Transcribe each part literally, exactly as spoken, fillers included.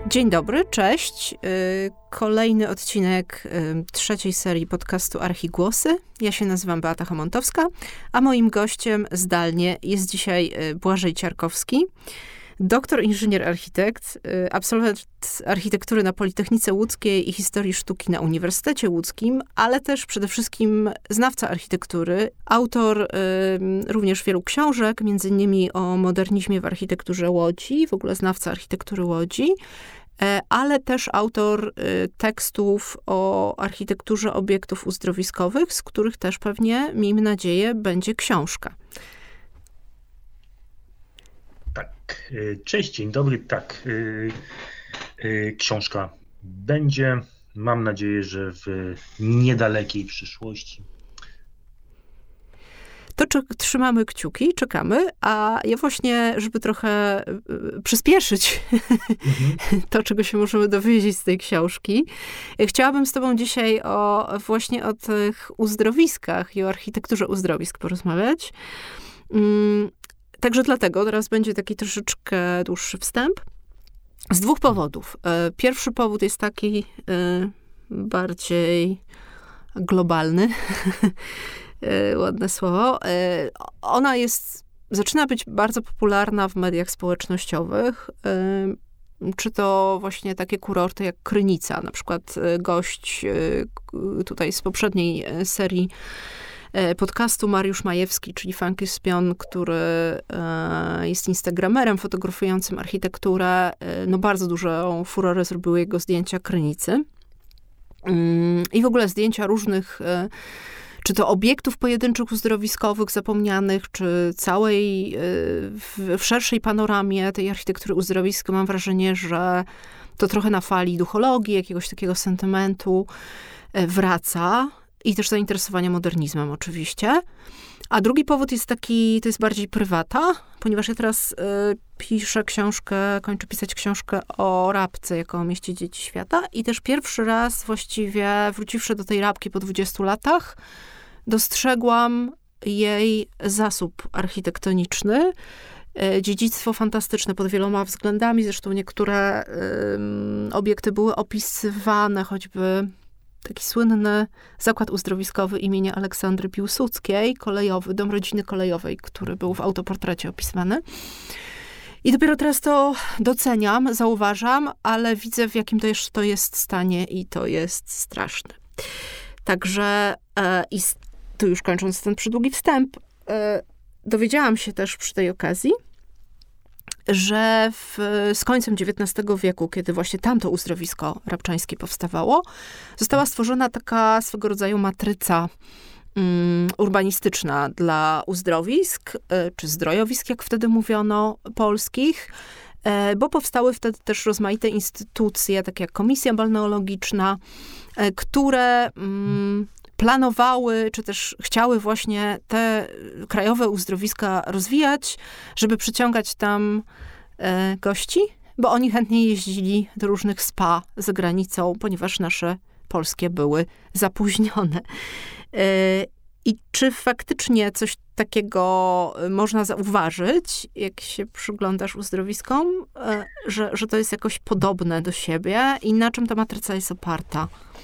Dzień dobry, cześć. Kolejny odcinek trzeciej serii podcastu Archigłosy. Ja się nazywam Beata Homontowska, a moim gościem zdalnie jest dzisiaj Błażej Ciarkowski, doktor, inżynier, architekt, absolwent architektury na Politechnice Łódzkiej i historii sztuki na Uniwersytecie Łódzkim, ale też przede wszystkim znawca architektury, autor y, również wielu książek, między innymi o modernizmie w architekturze Łodzi, w ogóle znawca architektury Łodzi, ale też autor tekstów o architekturze obiektów uzdrowiskowych, z których też pewnie, miejmy nadzieję, będzie książka. Tak, cześć, dzień dobry, tak, książka będzie, mam nadzieję, że w niedalekiej przyszłości. To czy, trzymamy kciuki, czekamy, a ja właśnie, żeby trochę y, przyspieszyć mhm. to, czego się możemy dowiedzieć z tej książki, chciałabym z tobą dzisiaj o, właśnie o tych uzdrowiskach i o architekturze uzdrowisk porozmawiać. Mm, także dlatego teraz będzie taki troszeczkę dłuższy wstęp. Z dwóch powodów. Pierwszy powód jest taki y, bardziej globalny. Ładne słowo. Ona jest, zaczyna być bardzo popularna w mediach społecznościowych. Czy to właśnie takie kurorty jak Krynica, na przykład gość tutaj z poprzedniej serii podcastu Mariusz Majewski, czyli Funky Spion, który jest instagramerem fotografującym architekturę. No bardzo dużą furorę zrobiły jego zdjęcia Krynicy. I w ogóle zdjęcia różnych czy to obiektów pojedynczych uzdrowiskowych zapomnianych, czy całej, w, w szerszej panoramie tej architektury uzdrowisk, mam wrażenie, że to trochę na fali duchologii, jakiegoś takiego sentymentu wraca i też zainteresowania modernizmem oczywiście. A drugi powód jest taki, to jest bardziej prywata, ponieważ ja teraz y, piszę książkę, kończę pisać książkę o Rabce jako o mieście dzieci świata i też pierwszy raz właściwie wróciwszy do tej Rabki po dwudziestu latach, dostrzegłam jej zasób architektoniczny, y, dziedzictwo fantastyczne pod wieloma względami, zresztą niektóre y, obiekty były opisywane, choćby taki słynny zakład uzdrowiskowy imienia Aleksandry Piłsudskiej, kolejowy, dom rodziny kolejowej, który był w autoportrecie opisywany. I dopiero teraz to doceniam, zauważam, ale widzę, w jakim to jest, to jest stanie i to jest straszne. Także, e, i tu już kończąc ten przydługi wstęp, e, dowiedziałam się też przy tej okazji, że w, z końcem dziewiętnastego wieku, kiedy właśnie tamto uzdrowisko rabczańskie powstawało, została stworzona taka swego rodzaju matryca um, urbanistyczna dla uzdrowisk, y, czy zdrojowisk, jak wtedy mówiono, polskich, y, bo powstały wtedy też rozmaite instytucje, takie jak Komisja Balneologiczna, y, które y, planowały, czy też chciały właśnie te krajowe uzdrowiska rozwijać, żeby przyciągać tam e, gości, bo oni chętnie jeździli do różnych spa za granicą, ponieważ nasze polskie były zapóźnione. E, I czy faktycznie coś takiego można zauważyć, jak się przyglądasz uzdrowiskom, e, że, że to jest jakoś podobne do siebie i na czym ta matryca jest oparta?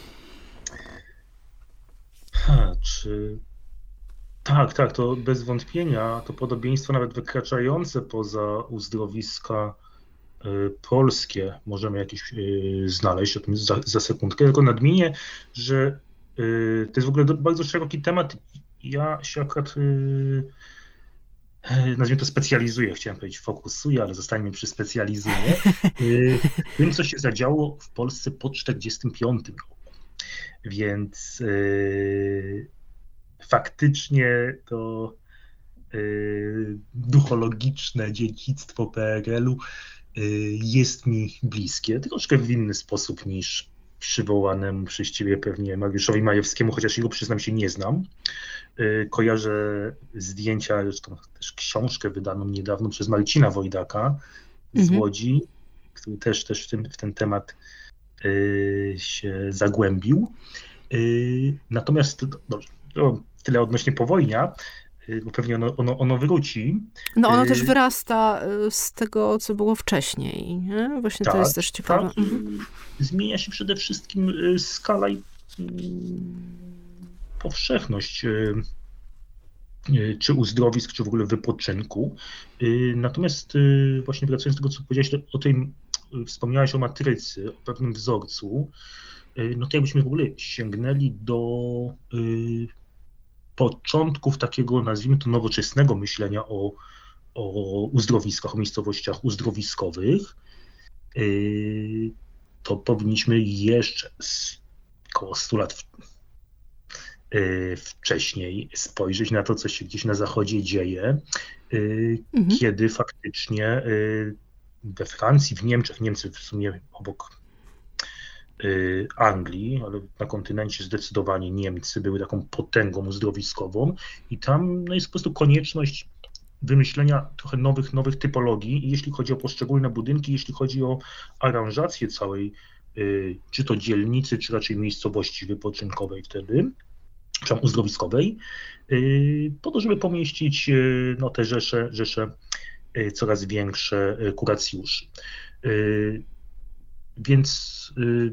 Ha, czy... Tak, tak, to bez wątpienia to podobieństwo nawet wykraczające poza uzdrowiska y, polskie możemy jakieś y, znaleźć, o tym za, za sekundkę, tylko nadmienię, że y, to jest w ogóle do, bardzo szeroki temat. Ja się akurat, y, nazwijmy to specjalizuję, chciałem powiedzieć fokusuję, ale zostańmy przy specjalizuję, y, tym, co się zadziało w Polsce po czterdziestym piątym roku. Więc yy, faktycznie to yy, duchologiczne dziedzictwo P R L-u yy, jest mi bliskie, troszkę w inny sposób niż przywołanemu przez ciebie pewnie Mariuszowi Majewskiemu, chociaż jego, przyznam się, nie znam. Yy, kojarzę zdjęcia, zresztą też książkę wydaną niedawno przez Marcina Wojdaka z mhm. Łodzi, który też, też w, tym, w ten temat się zagłębił. Natomiast dobrze, to tyle odnośnie powojnia. bo pewnie ono, ono, ono wróci. No ono też wyrasta z tego, co było wcześniej, nie? Właśnie tak, to jest też ciekawe. Tak. Mhm. Zmienia się przede wszystkim skala i powszechność czy uzdrowisk, czy w ogóle wypoczynku. Natomiast właśnie wracając do tego, co powiedziałeś o tej, wspomniałeś o matrycy, o pewnym wzorcu, no to jakbyśmy w ogóle sięgnęli do początków takiego, nazwijmy to, nowoczesnego myślenia o, o uzdrowiskach, o miejscowościach uzdrowiskowych, to powinniśmy jeszcze około stu lat wcześniej spojrzeć na to, co się gdzieś na zachodzie dzieje, mhm. kiedy faktycznie we Francji, w Niemczech, Niemcy w sumie obok Anglii, ale na kontynencie zdecydowanie Niemcy były taką potęgą uzdrowiskową i tam no, jest po prostu konieczność wymyślenia trochę nowych, nowych typologii, jeśli chodzi o poszczególne budynki, jeśli chodzi o aranżację całej, czy to dzielnicy, czy raczej miejscowości wypoczynkowej wtedy, czy tam uzdrowiskowej, po to, żeby pomieścić no, te rzesze, rzesze coraz większe kuracjuszy. Więc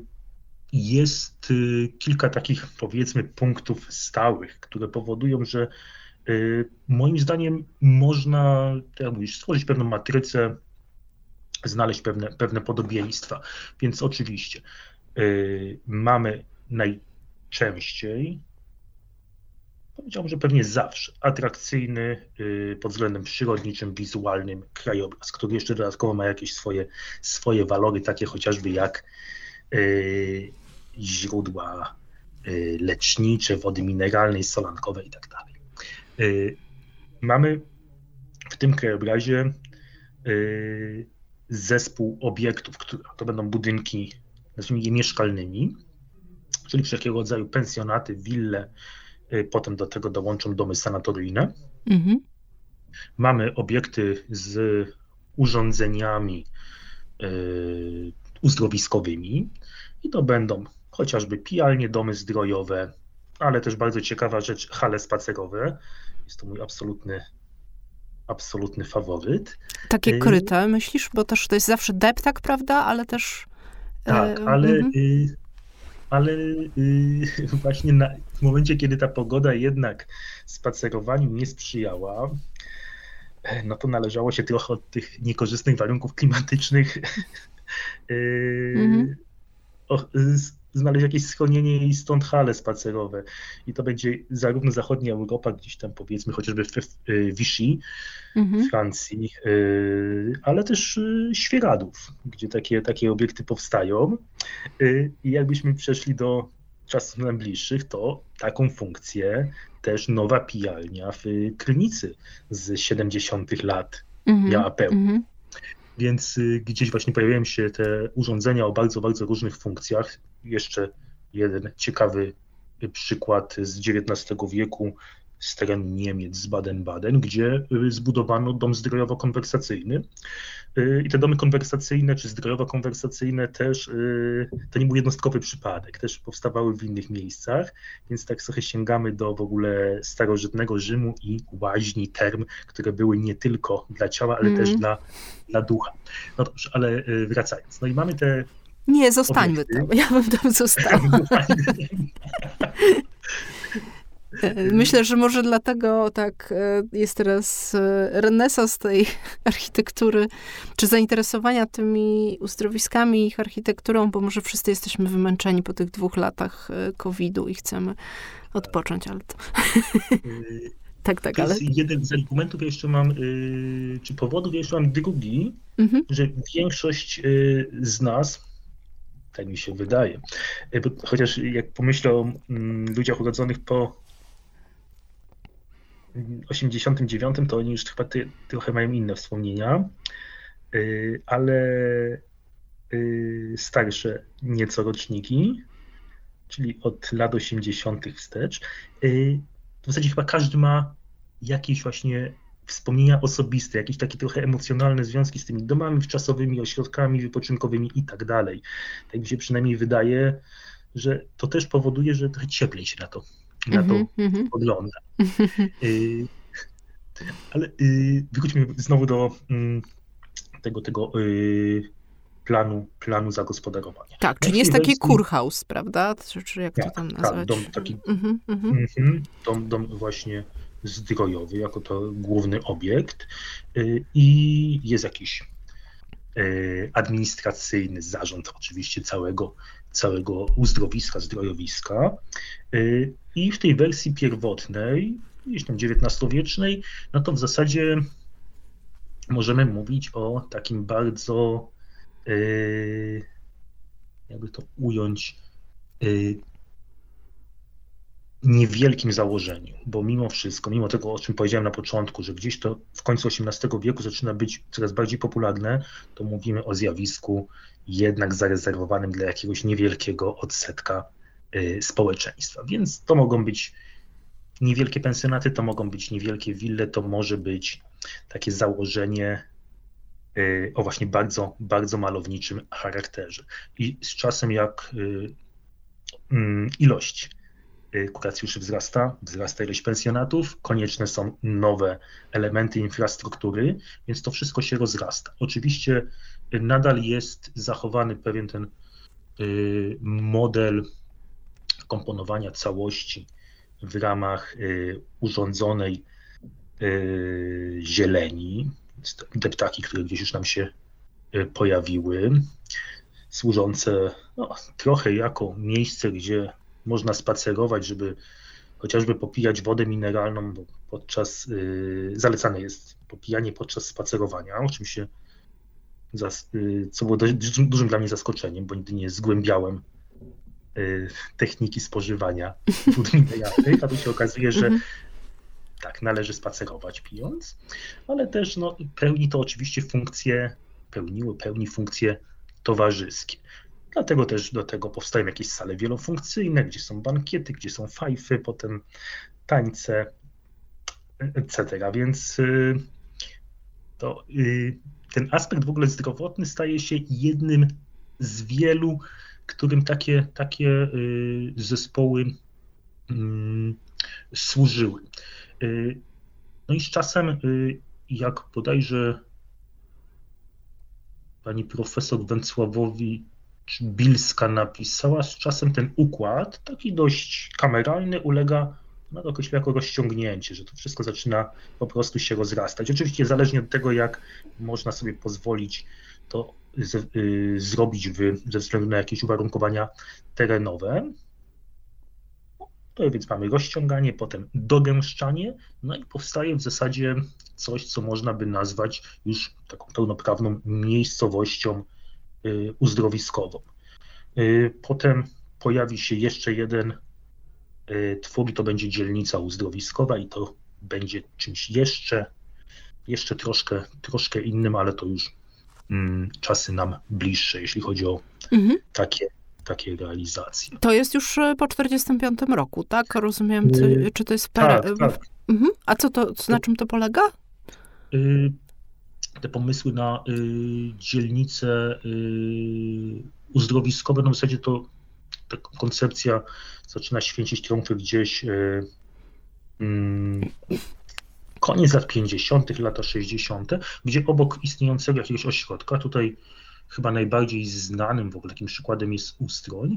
jest kilka takich, powiedzmy, punktów stałych, które powodują, że moim zdaniem można, jak mówisz, stworzyć pewną matrycę, znaleźć pewne, pewne podobieństwa. Więc oczywiście mamy najczęściej, powiedziałbym, że pewnie zawsze, atrakcyjny pod względem przyrodniczym, wizualnym krajobraz, który jeszcze dodatkowo ma jakieś swoje, swoje walory, takie chociażby jak y, źródła y, lecznicze, wody mineralnej, solankowej i tak dalej. Y, mamy w tym krajobrazie y, zespół obiektów, które to będą budynki, nazwijmy je mieszkalnymi, czyli wszelkiego rodzaju pensjonaty, wille, potem do tego dołączą domy sanatoryjne. Mhm. Mamy obiekty z urządzeniami y, uzdrowiskowymi i to będą chociażby pijalnie, domy zdrojowe, ale też bardzo ciekawa rzecz, hale spacerowe. Jest to mój absolutny, absolutny faworyt. Takie kryte, myślisz? Bo też to jest zawsze deptak, prawda? Ale też... Tak, ale... Mhm. y, ale yy, właśnie na, w momencie, kiedy ta pogoda jednak spacerowaniu nie sprzyjała, no to należało się trochę od tych niekorzystnych warunków klimatycznych yy, mm-hmm. o, z, znaleźć jakieś schronienie i stąd hale spacerowe. I to będzie zarówno zachodnia Europa, gdzieś tam powiedzmy chociażby w, w Vichy, mm-hmm. Francji, yy, ale też yy, Świeradów, gdzie takie, takie obiekty powstają. Yy, I jakbyśmy przeszli do czasów najbliższych, to taką funkcję też nowa pijalnia w Krynicy z siedemdziesiątych lat mm-hmm. miała pełnić. Mm-hmm. Więc y, gdzieś właśnie pojawiają się te urządzenia o bardzo, bardzo różnych funkcjach. Jeszcze jeden ciekawy przykład z dziewiętnastego wieku z terenu Niemiec, z Baden-Baden, gdzie zbudowano dom zdrojowo-konwersacyjny. I te domy konwersacyjne czy zdrojowo-konwersacyjne też, to nie był jednostkowy przypadek, też powstawały w innych miejscach, więc tak trochę sięgamy do w ogóle starożytnego Rzymu i łaźni, term, które były nie tylko dla ciała, ale mm. też dla, dla ducha. No dobrze, ale wracając, no i mamy te Nie, zostańmy obiekty. Tam, ja bym tam została. Myślę, że może dlatego tak jest teraz renesans tej architektury, czy zainteresowania tymi uzdrowiskami i ich architekturą, bo może wszyscy jesteśmy wymęczeni po tych dwóch latach kowidu i chcemy odpocząć, ale to... tak, tak, to ale... jest jeden z argumentów, ja jeszcze mam, czy powodów, ja jeszcze mam drugi, mhm. że większość z nas, tak mi się wydaje, chociaż jak pomyślę o ludziach urodzonych po osiemdziesiątym dziewiątym, to oni już chyba ty, trochę mają inne wspomnienia, ale starsze nieco roczniki, czyli od lat osiemdziesiątych wstecz, w zasadzie chyba każdy ma jakieś właśnie wspomnienia osobiste, jakieś takie trochę emocjonalne związki z tymi domami wczasowymi, ośrodkami wypoczynkowymi i tak dalej. Tak mi się przynajmniej wydaje, że to też powoduje, że trochę cieplej się na to, na to mm-hmm. ogląda. Ale yy, wróćmy znowu do yy, tego, tego yy, planu, planu zagospodarowania. Tak, czyli jest taki kurhaus, prawda? Czy, czy jak tak, to tam nazwać? Tak, dom taki, mm-hmm, mm-hmm, dom, dom właśnie zdrojowy, jako to główny obiekt yy, i jest jakiś yy, administracyjny zarząd oczywiście całego, całego uzdrowiska, zdrojowiska yy, i w tej wersji pierwotnej, gdzieś tam dziewiętnastowiecznej, no to w zasadzie możemy mówić o takim bardzo, yy, jakby to ująć, yy, niewielkim założeniu, bo mimo wszystko, mimo tego, o czym powiedziałem na początku, że gdzieś to w końcu osiemnastego wieku zaczyna być coraz bardziej popularne, to mówimy o zjawisku jednak zarezerwowanym dla jakiegoś niewielkiego odsetka yy, społeczeństwa, więc to mogą być niewielkie pensjonaty, to mogą być niewielkie wille, to może być takie założenie yy, o właśnie bardzo, bardzo malowniczym charakterze. I z czasem jak yy, yy, ilość yy, kuracjuszy wzrasta, wzrasta ilość pensjonatów, konieczne są nowe elementy infrastruktury, więc to wszystko się rozrasta. Oczywiście yy, nadal jest zachowany pewien ten yy, model komponowania całości w ramach y, urządzonej y, zieleni, te ptaki, które gdzieś już nam się y, pojawiły, służące no, trochę jako miejsce, gdzie można spacerować, żeby chociażby popijać wodę mineralną, bo podczas, y, zalecane jest popijanie podczas spacerowania, o czym się, zas, y, co było dość, dużym, dużym dla mnie zaskoczeniem, bo nigdy nie zgłębiałem techniki spożywania wód mineralnych, a tu się okazuje, że tak, należy spacerować pijąc, ale też no, pełni to oczywiście funkcje, pełniło, pełni funkcje towarzyskie. Dlatego też do tego powstają jakieś sale wielofunkcyjne, gdzie są bankiety, gdzie są fajfy, potem tańce, et cetera. Więc to, ten aspekt w ogóle zdrowotny staje się jednym z wielu, którym takie, takie zespoły służyły. No i z czasem, jak bodajże pani profesor Węcławowicz-Bilska napisała, z czasem ten układ, taki dość kameralny, ulega no, określeniu jako rozciągnięcie, że to wszystko zaczyna po prostu się rozrastać. Oczywiście zależnie od tego, jak można sobie pozwolić to z, y, zrobić w, ze względu na jakieś uwarunkowania terenowe. To więc mamy rozciąganie, potem dogęszczanie, no i powstaje w zasadzie coś, co można by nazwać już taką pełnoprawną miejscowością y, uzdrowiskową. Y, potem pojawi się jeszcze jeden y, twór i to będzie dzielnica uzdrowiskowa i to będzie czymś jeszcze, jeszcze troszkę, troszkę innym, ale to już mm, czasy nam bliższe, jeśli chodzi o mhm. takie takie realizacje. To jest już po czterdziestym piątym roku, tak? Rozumiem, czy, czy to jest... Per... Tak, tak. Mhm. A co to, na czym to polega? Te pomysły na dzielnice uzdrowiskowe, no w zasadzie to ta koncepcja zaczyna święcić triumfy gdzieś koniec lat pięćdziesiątych, lata sześćdziesiąte, gdzie obok istniejącego jakiegoś ośrodka, tutaj chyba najbardziej znanym w ogóle takim przykładem jest Ustroń.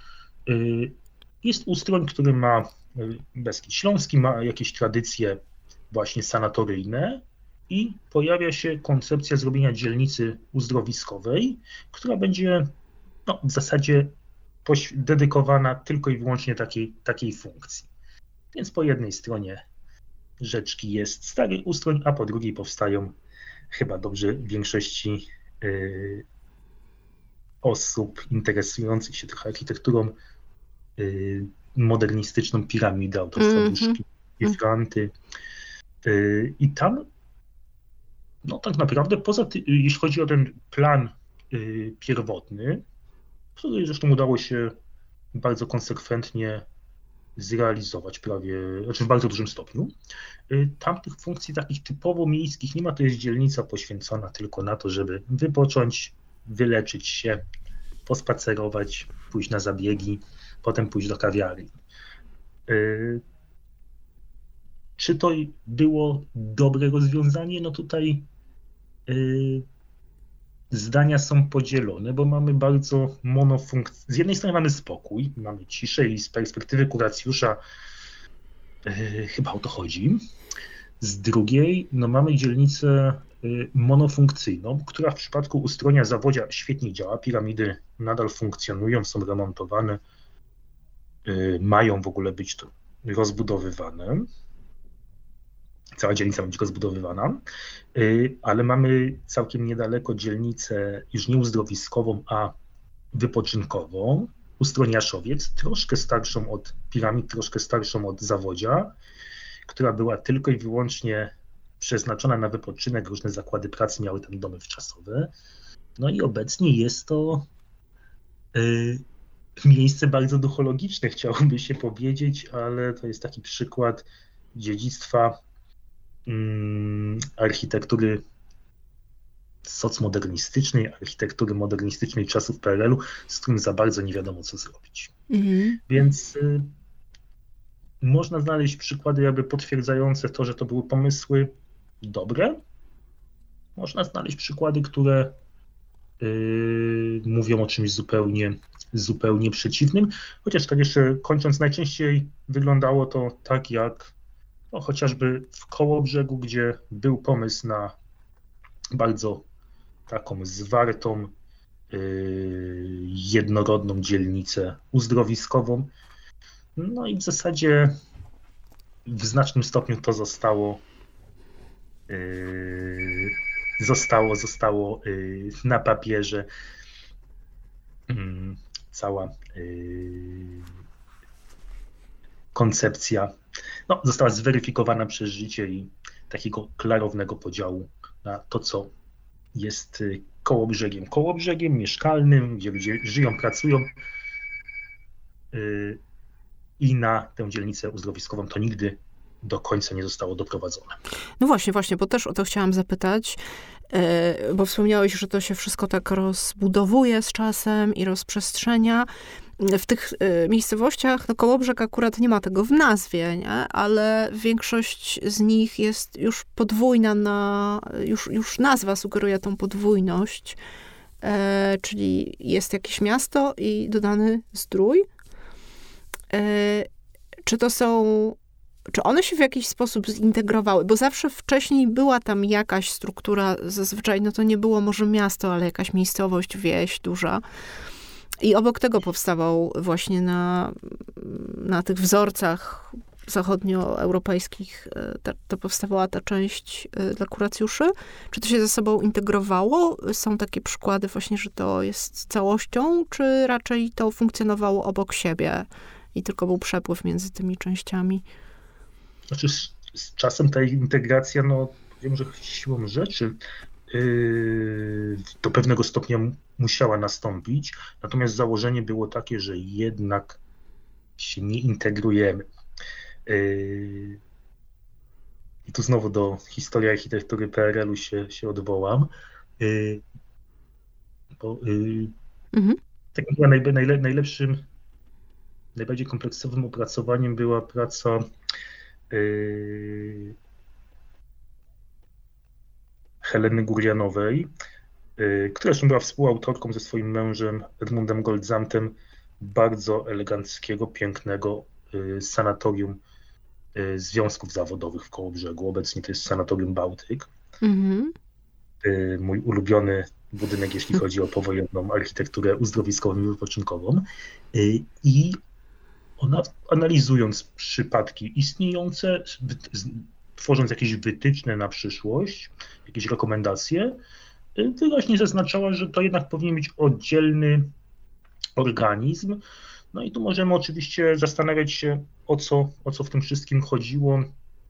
Jest Ustroń, który ma, Beskid Śląski, ma jakieś tradycje właśnie sanatoryjne i pojawia się koncepcja zrobienia dzielnicy uzdrowiskowej, która będzie no, w zasadzie dedykowana tylko i wyłącznie takiej, takiej funkcji. Więc po jednej stronie rzeczki jest Stary Ustroń, a po drugiej powstają chyba dobrze w większości yy, osób interesujących się trochę architekturą yy, modernistyczną piramidę autorstwa mm-hmm. Buszki i Franty. Yy, I tam no tak naprawdę poza ty, jeśli chodzi o ten plan yy, pierwotny, który zresztą udało się bardzo konsekwentnie zrealizować prawie, znaczy w bardzo dużym stopniu. Tam tych funkcji takich typowo miejskich nie ma, to jest dzielnica poświęcona tylko na to, żeby wypocząć, wyleczyć się, pospacerować, pójść na zabiegi, potem pójść do kawiarni. Czy to było dobre rozwiązanie? No tutaj yy, zdania są podzielone, bo mamy bardzo monofunkcję. Z jednej strony mamy spokój, mamy ciszę i z perspektywy kuracjusza yy, chyba o to chodzi. Z drugiej no mamy dzielnicę yy, monofunkcyjną, która w przypadku ustronia zawodzia świetnie działa. Piramidy nadal funkcjonują, są remontowane, yy, mają w ogóle być to rozbudowywane. Cała dzielnica będzie rozbudowywana, ale mamy całkiem niedaleko dzielnicę już nie uzdrowiskową, a wypoczynkową, Ustroniaszowiec, troszkę starszą od Piramid, troszkę starszą od Zawodzia, która była tylko i wyłącznie przeznaczona na wypoczynek, różne zakłady pracy miały tam domy wczasowe. No i obecnie jest to y, miejsce bardzo duchologiczne, chciałoby się powiedzieć, ale to jest taki przykład dziedzictwa architektury socmodernistycznej, architektury modernistycznej czasów P R L u, z którym za bardzo nie wiadomo, co zrobić. Mhm. Więc y, można znaleźć przykłady jakby potwierdzające to, że to były pomysły dobre. Można znaleźć przykłady, które y, mówią o czymś zupełnie, zupełnie przeciwnym. Chociaż tak jeszcze kończąc, najczęściej wyglądało to tak jak no, chociażby w Kołobrzegu, gdzie był pomysł na bardzo taką zwartą, yy, jednorodną dzielnicę uzdrowiskową. No i w zasadzie w znacznym stopniu to zostało, yy, zostało, zostało yy, na papierze. Yy, cała yy, koncepcja no, została zweryfikowana przez życie i takiego klarownego podziału na to, co jest Kołobrzegiem. Kołobrzegiem mieszkalnym, gdzie ludzie żyją, pracują yy, i na tę dzielnicę uzdrowiskową to nigdy do końca nie zostało doprowadzone. No właśnie, właśnie, bo też o to chciałam zapytać, yy, bo wspomniałeś, że to się wszystko tak rozbudowuje z czasem i rozprzestrzenia. W tych y, miejscowościach, no Kołobrzeg akurat nie ma tego w nazwie, nie? Ale większość z nich jest już podwójna na, już, już nazwa sugeruje tą podwójność, e, czyli jest jakieś miasto i dodany zdrój. E, czy to są, czy one się w jakiś sposób zintegrowały? Bo zawsze wcześniej była tam jakaś struktura, zazwyczaj no to nie było może miasto, ale jakaś miejscowość, wieś duża. I obok tego powstawał właśnie na, na tych wzorcach zachodnioeuropejskich, ta, to powstawała ta część dla kuracjuszy. Czy to się ze sobą integrowało? Są takie przykłady właśnie, że to jest całością, czy raczej to funkcjonowało obok siebie i tylko był przepływ między tymi częściami? Znaczy z, z czasem ta integracja, no wiem, że siłą rzeczy yy, do pewnego stopnia musiała nastąpić, natomiast założenie było takie, że jednak się nie integrujemy. Yy, I tu znowu do historii architektury P R L u się, się odwołam. Yy, bo, yy, mhm. Tak chyba najle, najle, najlepszym, najbardziej kompleksowym opracowaniem była praca yy, Heleny Gurjanowej, która zresztą była współautorką ze swoim mężem Edmundem Goldzamtem bardzo eleganckiego, pięknego sanatorium związków zawodowych w Kołobrzegu. Obecnie to jest Sanatorium Bałtyk. Mm-hmm. Mój ulubiony budynek, jeśli chodzi o powojenną architekturę uzdrowiskową i wypoczynkową. I ona, analizując przypadki istniejące, tworząc jakieś wytyczne na przyszłość, jakieś rekomendacje, wyraźnie zaznaczała, że to jednak powinien być oddzielny organizm. No i tu możemy oczywiście zastanawiać się, o co, o co w tym wszystkim chodziło,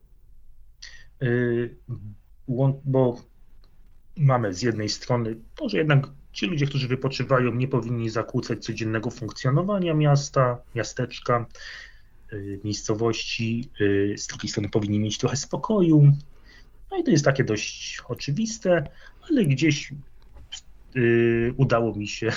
bo mamy z jednej strony to, że jednak ci ludzie, którzy wypoczywają, nie powinni zakłócać codziennego funkcjonowania miasta, miasteczka, miejscowości, z drugiej strony powinni mieć trochę spokoju. No i to jest takie dość oczywiste, ale gdzieś y, udało mi się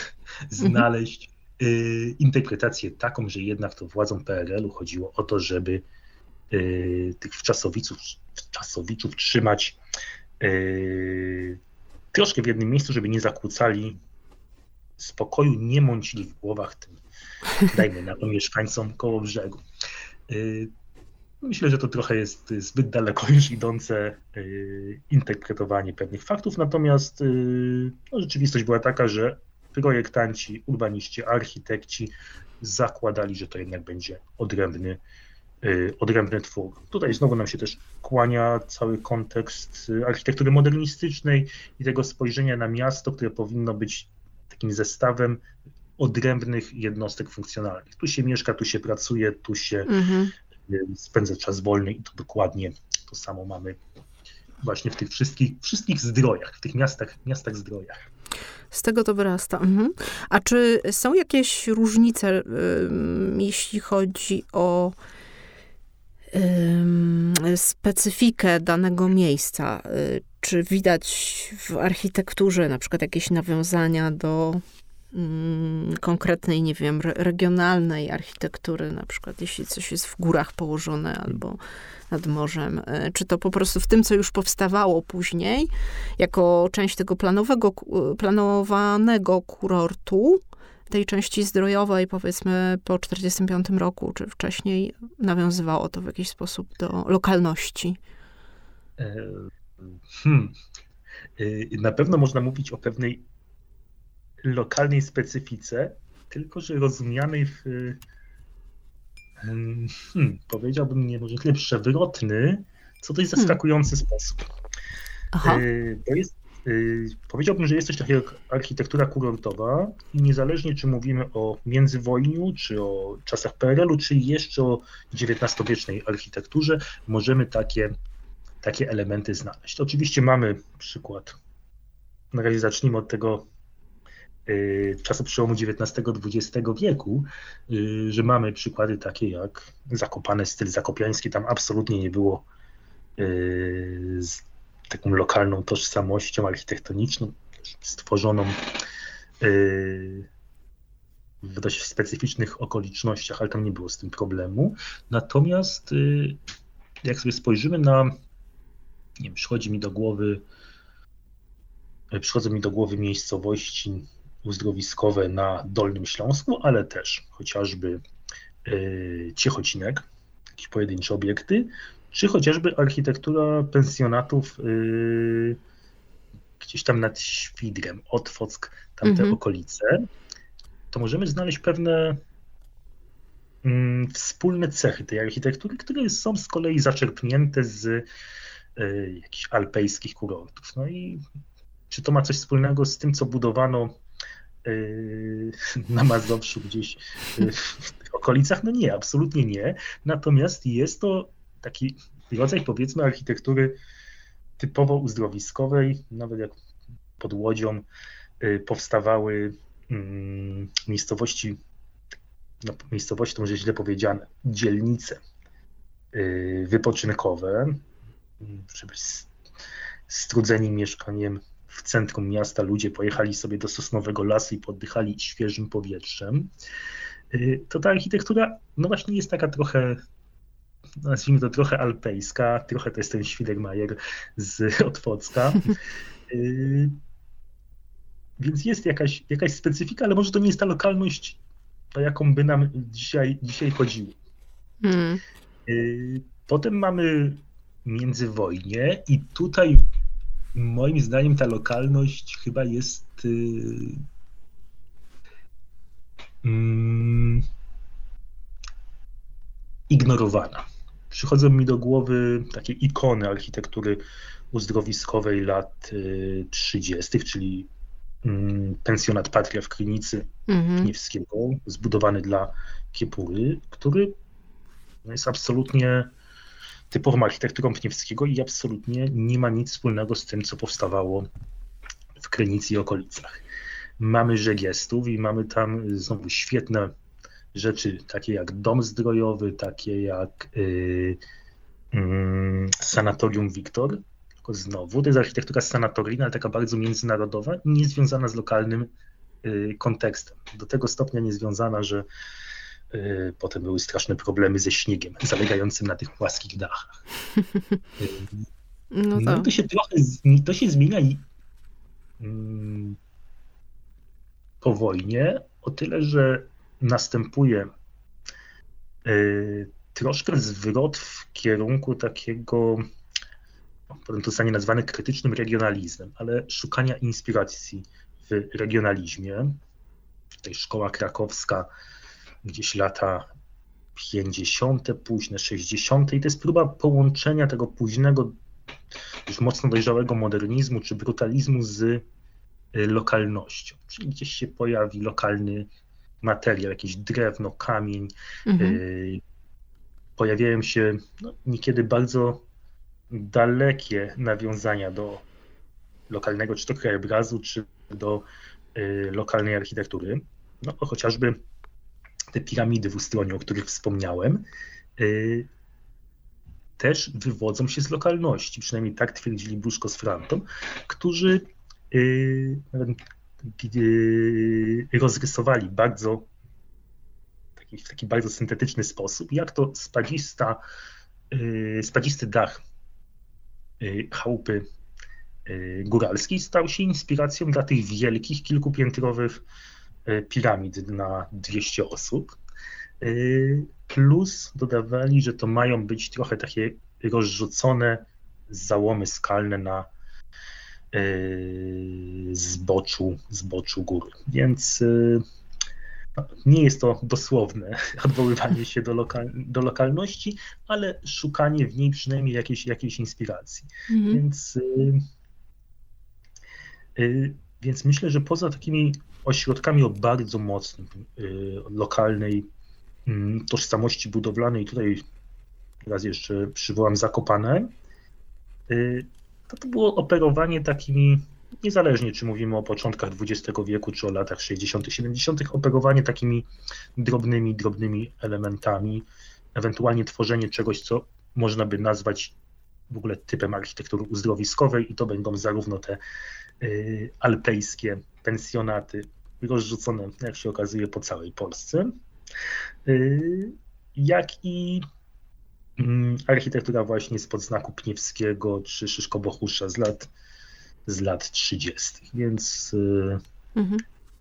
znaleźć y, interpretację taką, że jednak to władzom P R L u chodziło o to, żeby y, tych wczasowiczów, wczasowiczów trzymać y, troszkę w jednym miejscu, żeby nie zakłócali spokoju, nie mącili w głowach tym, dajmy na to, mieszkańcom koło brzegu. Y, Myślę, że to trochę jest zbyt daleko już idące y, interpretowanie pewnych faktów, natomiast y, no, rzeczywistość była taka, że projektanci, urbaniści, architekci zakładali, że to jednak będzie odrębny, y, odrębny twór. Tutaj znowu nam się też kłania cały kontekst architektury modernistycznej i tego spojrzenia na miasto, które powinno być takim zestawem odrębnych jednostek funkcjonalnych. Tu się mieszka, tu się pracuje, tu się mhm. spędza czas wolny i to dokładnie to samo mamy właśnie w tych wszystkich, wszystkich zdrojach, w tych miastach, miastach zdrojach. Z tego to wyrasta. Mhm. A czy są jakieś różnice, jeśli chodzi o specyfikę danego miejsca? Czy widać w architekturze na przykład jakieś nawiązania do konkretnej, nie wiem, regionalnej architektury, na przykład jeśli coś jest w górach położone albo nad morzem, czy to po prostu w tym, co już powstawało później, jako część tego planowego, planowanego kurortu, tej części zdrojowej, powiedzmy po czterdziestym piątym roku, czy wcześniej, nawiązywało to w jakiś sposób do lokalności? Hmm. Na pewno można mówić o pewnej lokalnej specyfice, tylko że rozumianej w, hmm, powiedziałbym, nie może tyle przewrotny, co dość zaskakujący hmm. sposób. Aha. To jest, powiedziałbym, że jest coś takiego jak architektura kurortowa i niezależnie czy mówimy o międzywojniu, czy o czasach P R L-u, czy jeszcze o dziewiętnastowiecznej architekturze, możemy takie, takie elementy znaleźć. Oczywiście mamy przykład, na razie zacznijmy od tego czasu przełomu dziewiętnastego dwudziestego wieku, że mamy przykłady takie jak Zakopane, styl zakopiański, tam absolutnie nie było z taką lokalną tożsamością architektoniczną, stworzoną w dość specyficznych okolicznościach, ale tam nie było z tym problemu. Natomiast jak sobie spojrzymy na, nie wiem, przychodzi mi do głowy, przychodzą mi do głowy miejscowości uzdrowiskowe na Dolnym Śląsku, ale też chociażby Ciechocinek, jakieś pojedyncze obiekty, czy chociażby architektura pensjonatów yy, gdzieś tam nad Świdrem, Otwock, tamte mm-hmm. okolice, to możemy znaleźć pewne mm, wspólne cechy tej architektury, które są z kolei zaczerpnięte z yy, jakichś alpejskich kurortów. No i czy to ma coś wspólnego z tym, co budowano yy, na Mazowszu gdzieś yy, w tych okolicach? No nie, absolutnie nie. Natomiast jest to taki rodzaj, powiedzmy, architektury typowo uzdrowiskowej, nawet jak pod Łodzią powstawały miejscowości, no miejscowości to może źle powiedziane, dzielnice wypoczynkowe, żeby strudzeni mieszkaniem w centrum miasta ludzie pojechali sobie do Sosnowego Lasu i poddychali świeżym powietrzem, to ta architektura, no właśnie jest taka trochę, nazwijmy to trochę alpejska, trochę to jest ten Świdermajer z Otwocka. Yy, więc jest jakaś, jakaś specyfika, ale może to nie jest ta lokalność, o jaką by nam dzisiaj, dzisiaj chodziło. Hmm. Yy, potem mamy międzywojnie i tutaj moim zdaniem ta lokalność chyba jest yy, yy, ignorowana. Przychodzą mi do głowy takie ikony architektury uzdrowiskowej lat trzydziestych, czyli pensjonat Patria w Krynicy mm-hmm. Pniewskiego, zbudowany dla Kiepury, który jest absolutnie typową architekturą Pniewskiego i absolutnie nie ma nic wspólnego z tym, co powstawało w Krynicy i okolicach. Mamy Żegiestów i mamy tam znowu świetne rzeczy, takie jak dom zdrojowy, takie jak yy, yy, sanatorium Wiktor, tylko znowu to jest architektura sanatoryjna, ale taka bardzo międzynarodowa, nie związana z lokalnym yy, kontekstem. Do tego stopnia nie związana, że Potem były straszne problemy ze śniegiem zalegającym na tych płaskich dachach. No, no to się trochę to się zmienia i mm, po wojnie, o tyle, że następuje y, troszkę zwrot w kierunku takiego, potem to zostanie nazwane krytycznym regionalizmem, ale szukania inspiracji w regionalizmie. Tutaj szkoła krakowska, gdzieś lata pięćdziesiąte, późne sześćdziesiąte i to jest próba połączenia tego późnego, już mocno dojrzałego modernizmu czy brutalizmu z lokalnością. Czyli gdzieś się pojawi lokalny materiał, jakieś drewno, kamień. Mhm. Y, pojawiają się no, niekiedy bardzo dalekie nawiązania do lokalnego, czy to krajobrazu, czy do y, lokalnej architektury. No, chociażby te piramidy w Ustroniu, o których wspomniałem, y, też wywodzą się z lokalności, przynajmniej tak twierdzili Buszko z Frantą, którzy y, y, rozrysowali bardzo taki, w taki bardzo syntetyczny sposób, jak to spadzista, y, spadzisty dach y, chałupy y, góralskiej stał się inspiracją dla tych wielkich, kilkupiętrowych piramid na dwieście osób. Plus dodawali, że to mają być trochę takie rozrzucone załomy skalne na zboczu, zboczu góry. Więc nie jest to dosłowne odwoływanie się do, lokal, do lokalności, ale szukanie w niej przynajmniej jakiejś, jakiejś inspiracji. Mhm. Więc, więc myślę, że poza takimi ośrodkami o bardzo mocnej lokalnej tożsamości budowlanej, tutaj raz jeszcze przywołam Zakopane, to, to było operowanie takimi, niezależnie czy mówimy o początkach dwudziestego wieku, czy o latach sześćdziesiątych, siedemdziesiątych, operowanie takimi drobnymi, drobnymi elementami, ewentualnie tworzenie czegoś, co można by nazwać w ogóle typem architektury uzdrowiskowej i to będą zarówno te y, alpejskie pensjonaty rozrzucone, jak się okazuje, po całej Polsce, y, jak i y, architektura właśnie spod znaku Pniewskiego czy Szyszko-Bohusza z lat, z lat trzydziestych. Więc, y, mhm.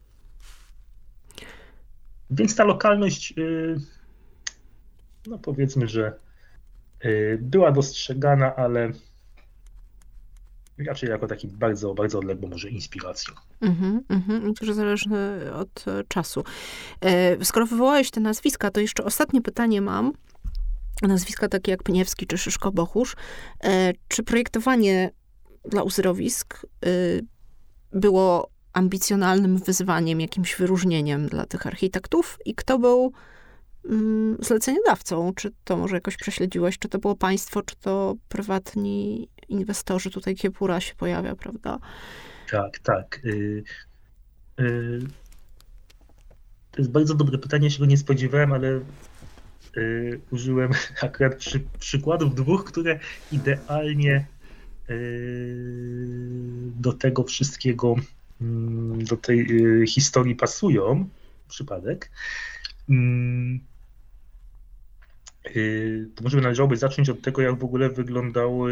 więc ta lokalność, y, no powiedzmy, że y, była dostrzegana, ale raczej jako taki bardzo, bardzo odległą może inspiracją. Mhm, mhm. Myślę, że zależny od czasu. Skoro wywołałeś te nazwiska, to jeszcze ostatnie pytanie mam. Nazwiska takie jak Pniewski czy Szyszko-Bohusz. Czy projektowanie dla uzdrowisk było ambicjonalnym wyzwaniem, jakimś wyróżnieniem dla tych architektów? I kto był zleceniodawcą? Czy to może jakoś prześledziłeś? Czy to było państwo, czy to prywatni inwestorzy? Tutaj Kiepura się pojawia, prawda? Tak, tak. Y, y, to jest bardzo dobre pytanie, ja się go nie spodziewałem, ale y, użyłem akurat przy, przykładów dwóch, które idealnie y, do tego wszystkiego, y, do tej y, historii pasują. Przypadek. To może należałoby zacząć od tego, jak w ogóle wyglądały,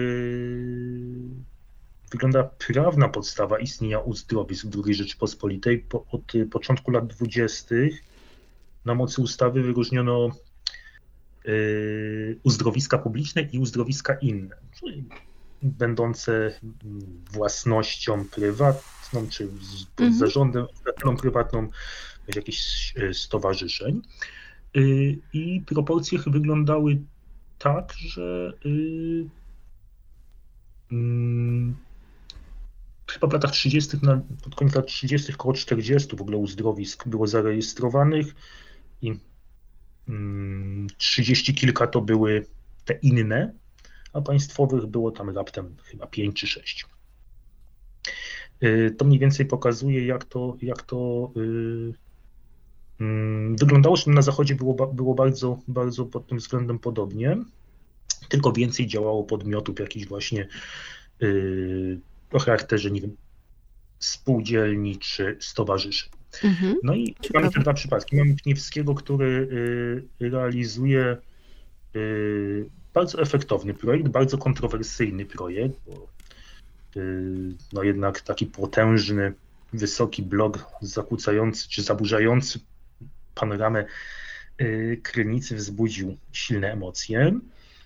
wygląda prawna podstawa istnienia uzdrowisk w drugiej Rzeczypospolitej. Po, od początku lat dwudziestych na mocy ustawy wyróżniono y, uzdrowiska publiczne i uzdrowiska inne, czyli będące własnością prywatną, czy pod mhm. zarządem prywatną jakichś stowarzyszeń. I proporcje wyglądały tak, że chyba w latach trzydziestych, pod koniec lat trzydziestych około czterdziestu w ogóle uzdrowisk było zarejestrowanych i trzydzieści kilka to były te inne, a państwowych było tam raptem chyba pięć czy sześć. To mniej więcej pokazuje, jak to, jak to wyglądało, że na zachodzie było, było bardzo, bardzo pod tym względem podobnie, tylko więcej działało podmiotów jakichś właśnie yy, o charakterze, nie wiem, spółdzielni czy stowarzyszeń. Mhm. No i Ciekawe. mamy te dwa przypadki. Mamy Pniewskiego, który realizuje bardzo efektowny projekt, bardzo kontrowersyjny projekt, bo no jednak taki potężny, wysoki blok zakłócający czy zaburzający panoramę Krynicy wzbudził silne emocje.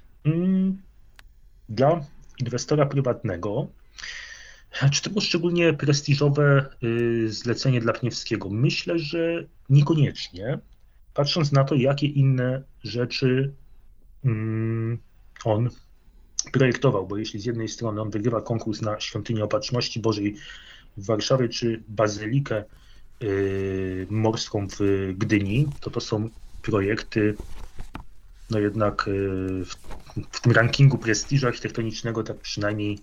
Dla inwestora prywatnego, czy to było szczególnie prestiżowe zlecenie dla Pniewskiego? Myślę, że niekoniecznie, patrząc na to, jakie inne rzeczy on projektował, bo jeśli z jednej strony on wygrywa konkurs na Świątynię Opatrzności Bożej w Warszawie, czy Bazylikę Morską w Gdyni, to to są projekty, no jednak w, w tym rankingu prestiżu architektonicznego tak przynajmniej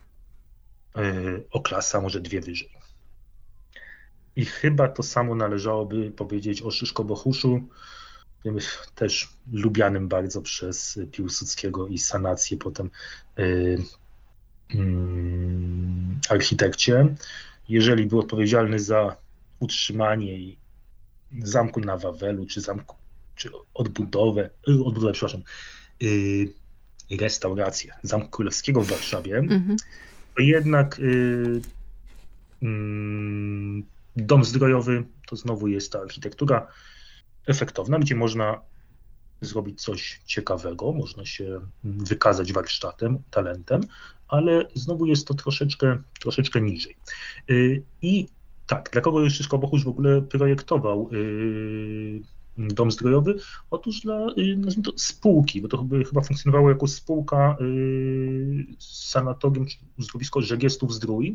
o klasa, może dwie wyżej. I chyba to samo należałoby powiedzieć o Szyszko-Bohuszu, też lubianym bardzo przez Piłsudskiego i Sanację potem yy, yy, architekcie. Jeżeli był odpowiedzialny za utrzymanie zamku na Wawelu, czy zamku, czy odbudowę, odbudowę, przepraszam, yy, restaurację Zamku Królewskiego w Warszawie, mm-hmm. to jednak yy, yy, Dom Zdrojowy to znowu jest ta architektura efektowna, gdzie można zrobić coś ciekawego, można się wykazać warsztatem, talentem, ale znowu jest to troszeczkę, troszeczkę niżej. I tak, dla kogo jeszcze Szyszko-Bohusz w ogóle projektował Dom Zdrojowy? Otóż dla, nazwijmy to, spółki, bo to chyba funkcjonowało jako spółka sanatorium, uzdrowisko Żegiestów-Zdrój.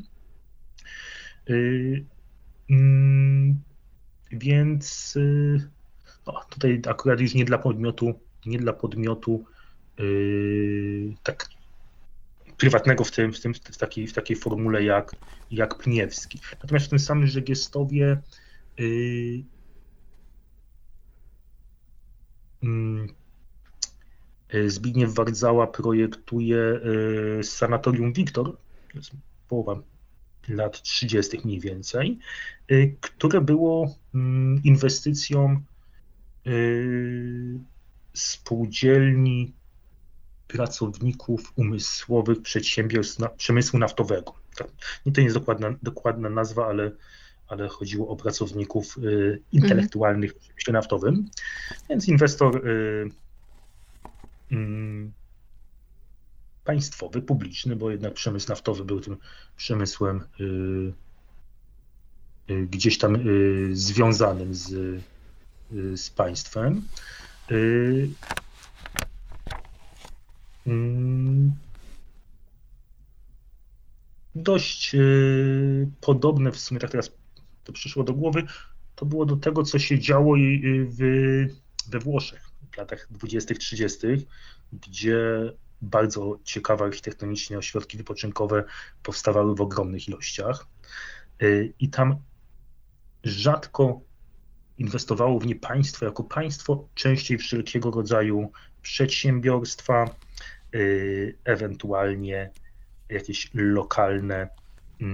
Więc no, tutaj akurat już nie dla podmiotu, nie dla podmiotu yy, tak prywatnego w, tym, w, tym, w, takiej, w takiej formule jak, jak Pniewski. Natomiast w tym samym Żegiestowie yy, yy, Zbigniew Wardzała projektuje yy, Sanatorium Wiktor, to jest połowa lat trzydziestych mniej więcej, yy, które było yy, inwestycją spółdzielni pracowników umysłowych przedsiębiorstw na, przemysłu naftowego. To nie jest dokładna, dokładna nazwa, ale, ale chodziło o pracowników y, intelektualnych w przemyśle naftowym. Więc inwestor y, y, państwowy, publiczny, bo jednak przemysł naftowy był tym przemysłem y, y, gdzieś tam y, związanym z z państwem. Dość podobne w sumie, tak teraz to przyszło do głowy, to było do tego, co się działo w, we Włoszech w latach dwudziestych, trzydziestych, gdzie bardzo ciekawe architektonicznie ośrodki wypoczynkowe powstawały w ogromnych ilościach i tam rzadko inwestowało w nie państwo jako państwo, częściej wszelkiego rodzaju przedsiębiorstwa, yy, ewentualnie jakieś lokalne yy,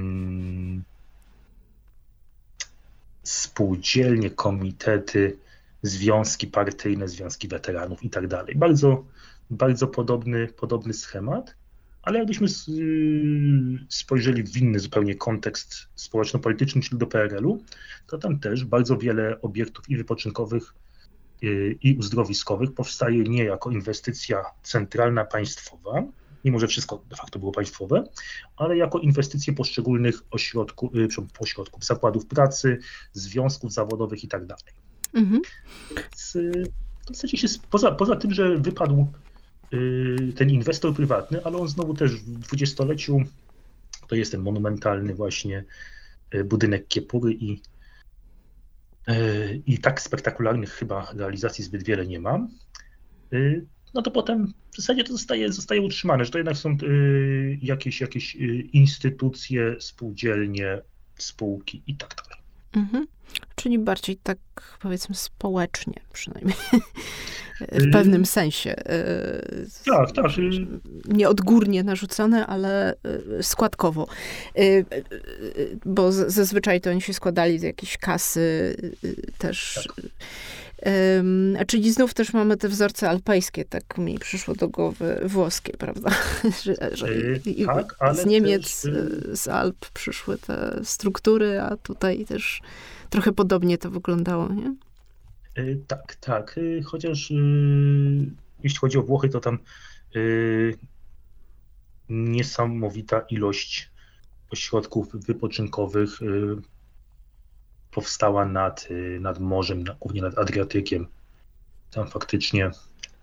spółdzielnie, komitety, związki partyjne, związki weteranów i tak dalej. Bardzo, bardzo podobny, podobny schemat, ale jakbyśmy spojrzeli w inny zupełnie kontekst społeczno-polityczny, czyli do P R L-u, to tam też bardzo wiele obiektów i wypoczynkowych, i uzdrowiskowych powstaje nie jako inwestycja centralna, państwowa, mimo że wszystko de facto było państwowe, ale jako inwestycje poszczególnych ośrodków, ośrodków, zakładów pracy, związków zawodowych i tak dalej. Mhm. Więc w zasadzie się, poza, poza tym, że wypadł ten inwestor prywatny, ale on znowu też w dwudziestoleciu to jest ten monumentalny właśnie budynek Kiepury i, i tak spektakularnych chyba realizacji zbyt wiele nie ma. No to potem w zasadzie to zostaje, zostaje utrzymane, że to jednak są jakieś, jakieś instytucje, spółdzielnie, spółki i tak dalej. Mhm. Czyli bardziej tak, powiedzmy, społecznie przynajmniej. W pewnym sensie. Tak, tak. Nie odgórnie narzucone, ale składkowo. Bo zazwyczaj to oni się składali z jakiejś kasy też. Tak. Czyli znów też mamy te wzorce alpejskie, tak mi przyszło do głowy, włoskie, prawda? że, że i, tak, ale z Niemiec, też... z Alp przyszły te struktury, a tutaj też trochę podobnie to wyglądało, nie? Tak, tak. Chociaż jeśli chodzi o Włochy, to tam niesamowita ilość ośrodków wypoczynkowych powstała nad, nad morzem, głównie nad Adriatykiem. Tam faktycznie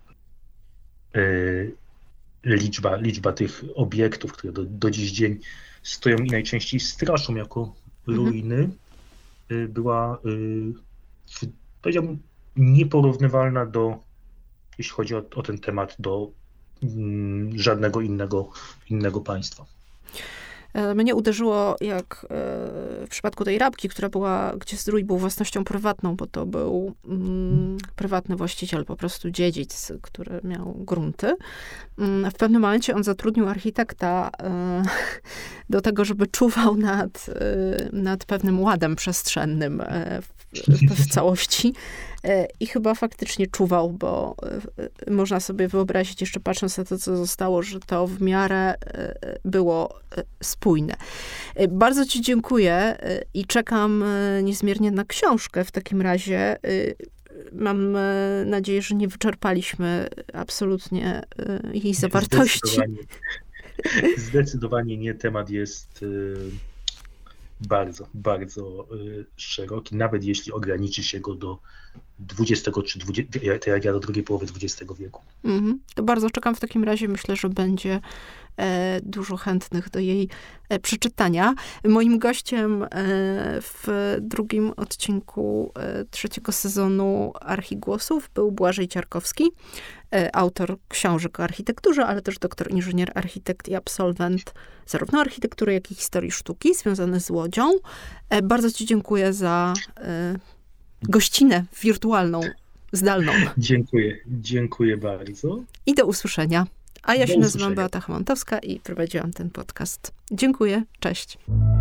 liczba, liczba tych obiektów, które do, do dziś dzień stoją i najczęściej straszą jako ruiny, mhm. była, powiedziałbym, nieporównywalna do, jeśli chodzi o, o ten temat, do mm, żadnego innego, innego państwa. Mnie uderzyło, jak w przypadku tej Rabki, która była, gdzie zdrój był własnością prywatną, bo to był mm, prywatny właściciel, po prostu dziedzic, który miał grunty. W pewnym momencie on zatrudnił architekta do tego, żeby czuwał nad, nad pewnym ładem przestrzennym w, w całości. I chyba faktycznie czuwał, bo można sobie wyobrazić, jeszcze patrząc na to, co zostało, że to w miarę było spójne. Bardzo ci dziękuję i czekam niezmiernie na książkę w takim razie. Mam nadzieję, że nie wyczerpaliśmy absolutnie jej zawartości. Zdecydowanie, zdecydowanie nie. Temat jest bardzo, bardzo szeroki, nawet jeśli ograniczy się go do dwudziestego czy dwudziestego, jak ja do drugiej połowy dwudziestego wieku. Mm-hmm. To bardzo czekam w takim razie. Myślę, że będzie e, dużo chętnych do jej e, przeczytania. Moim gościem e, w drugim odcinku e, trzeciego sezonu Archigłosów był Błażej Ciarkowski, e, autor książek o architekturze, ale też doktor inżynier, architekt i absolwent zarówno architektury, jak i historii sztuki, związany z Łodzią. E, bardzo ci dziękuję za e, gościnę wirtualną, zdalną. Dziękuję, dziękuję bardzo. I do usłyszenia. A ja do się usłyszenia. nazywam Beata Chomantowska i prowadziłam ten podcast. Dziękuję, cześć.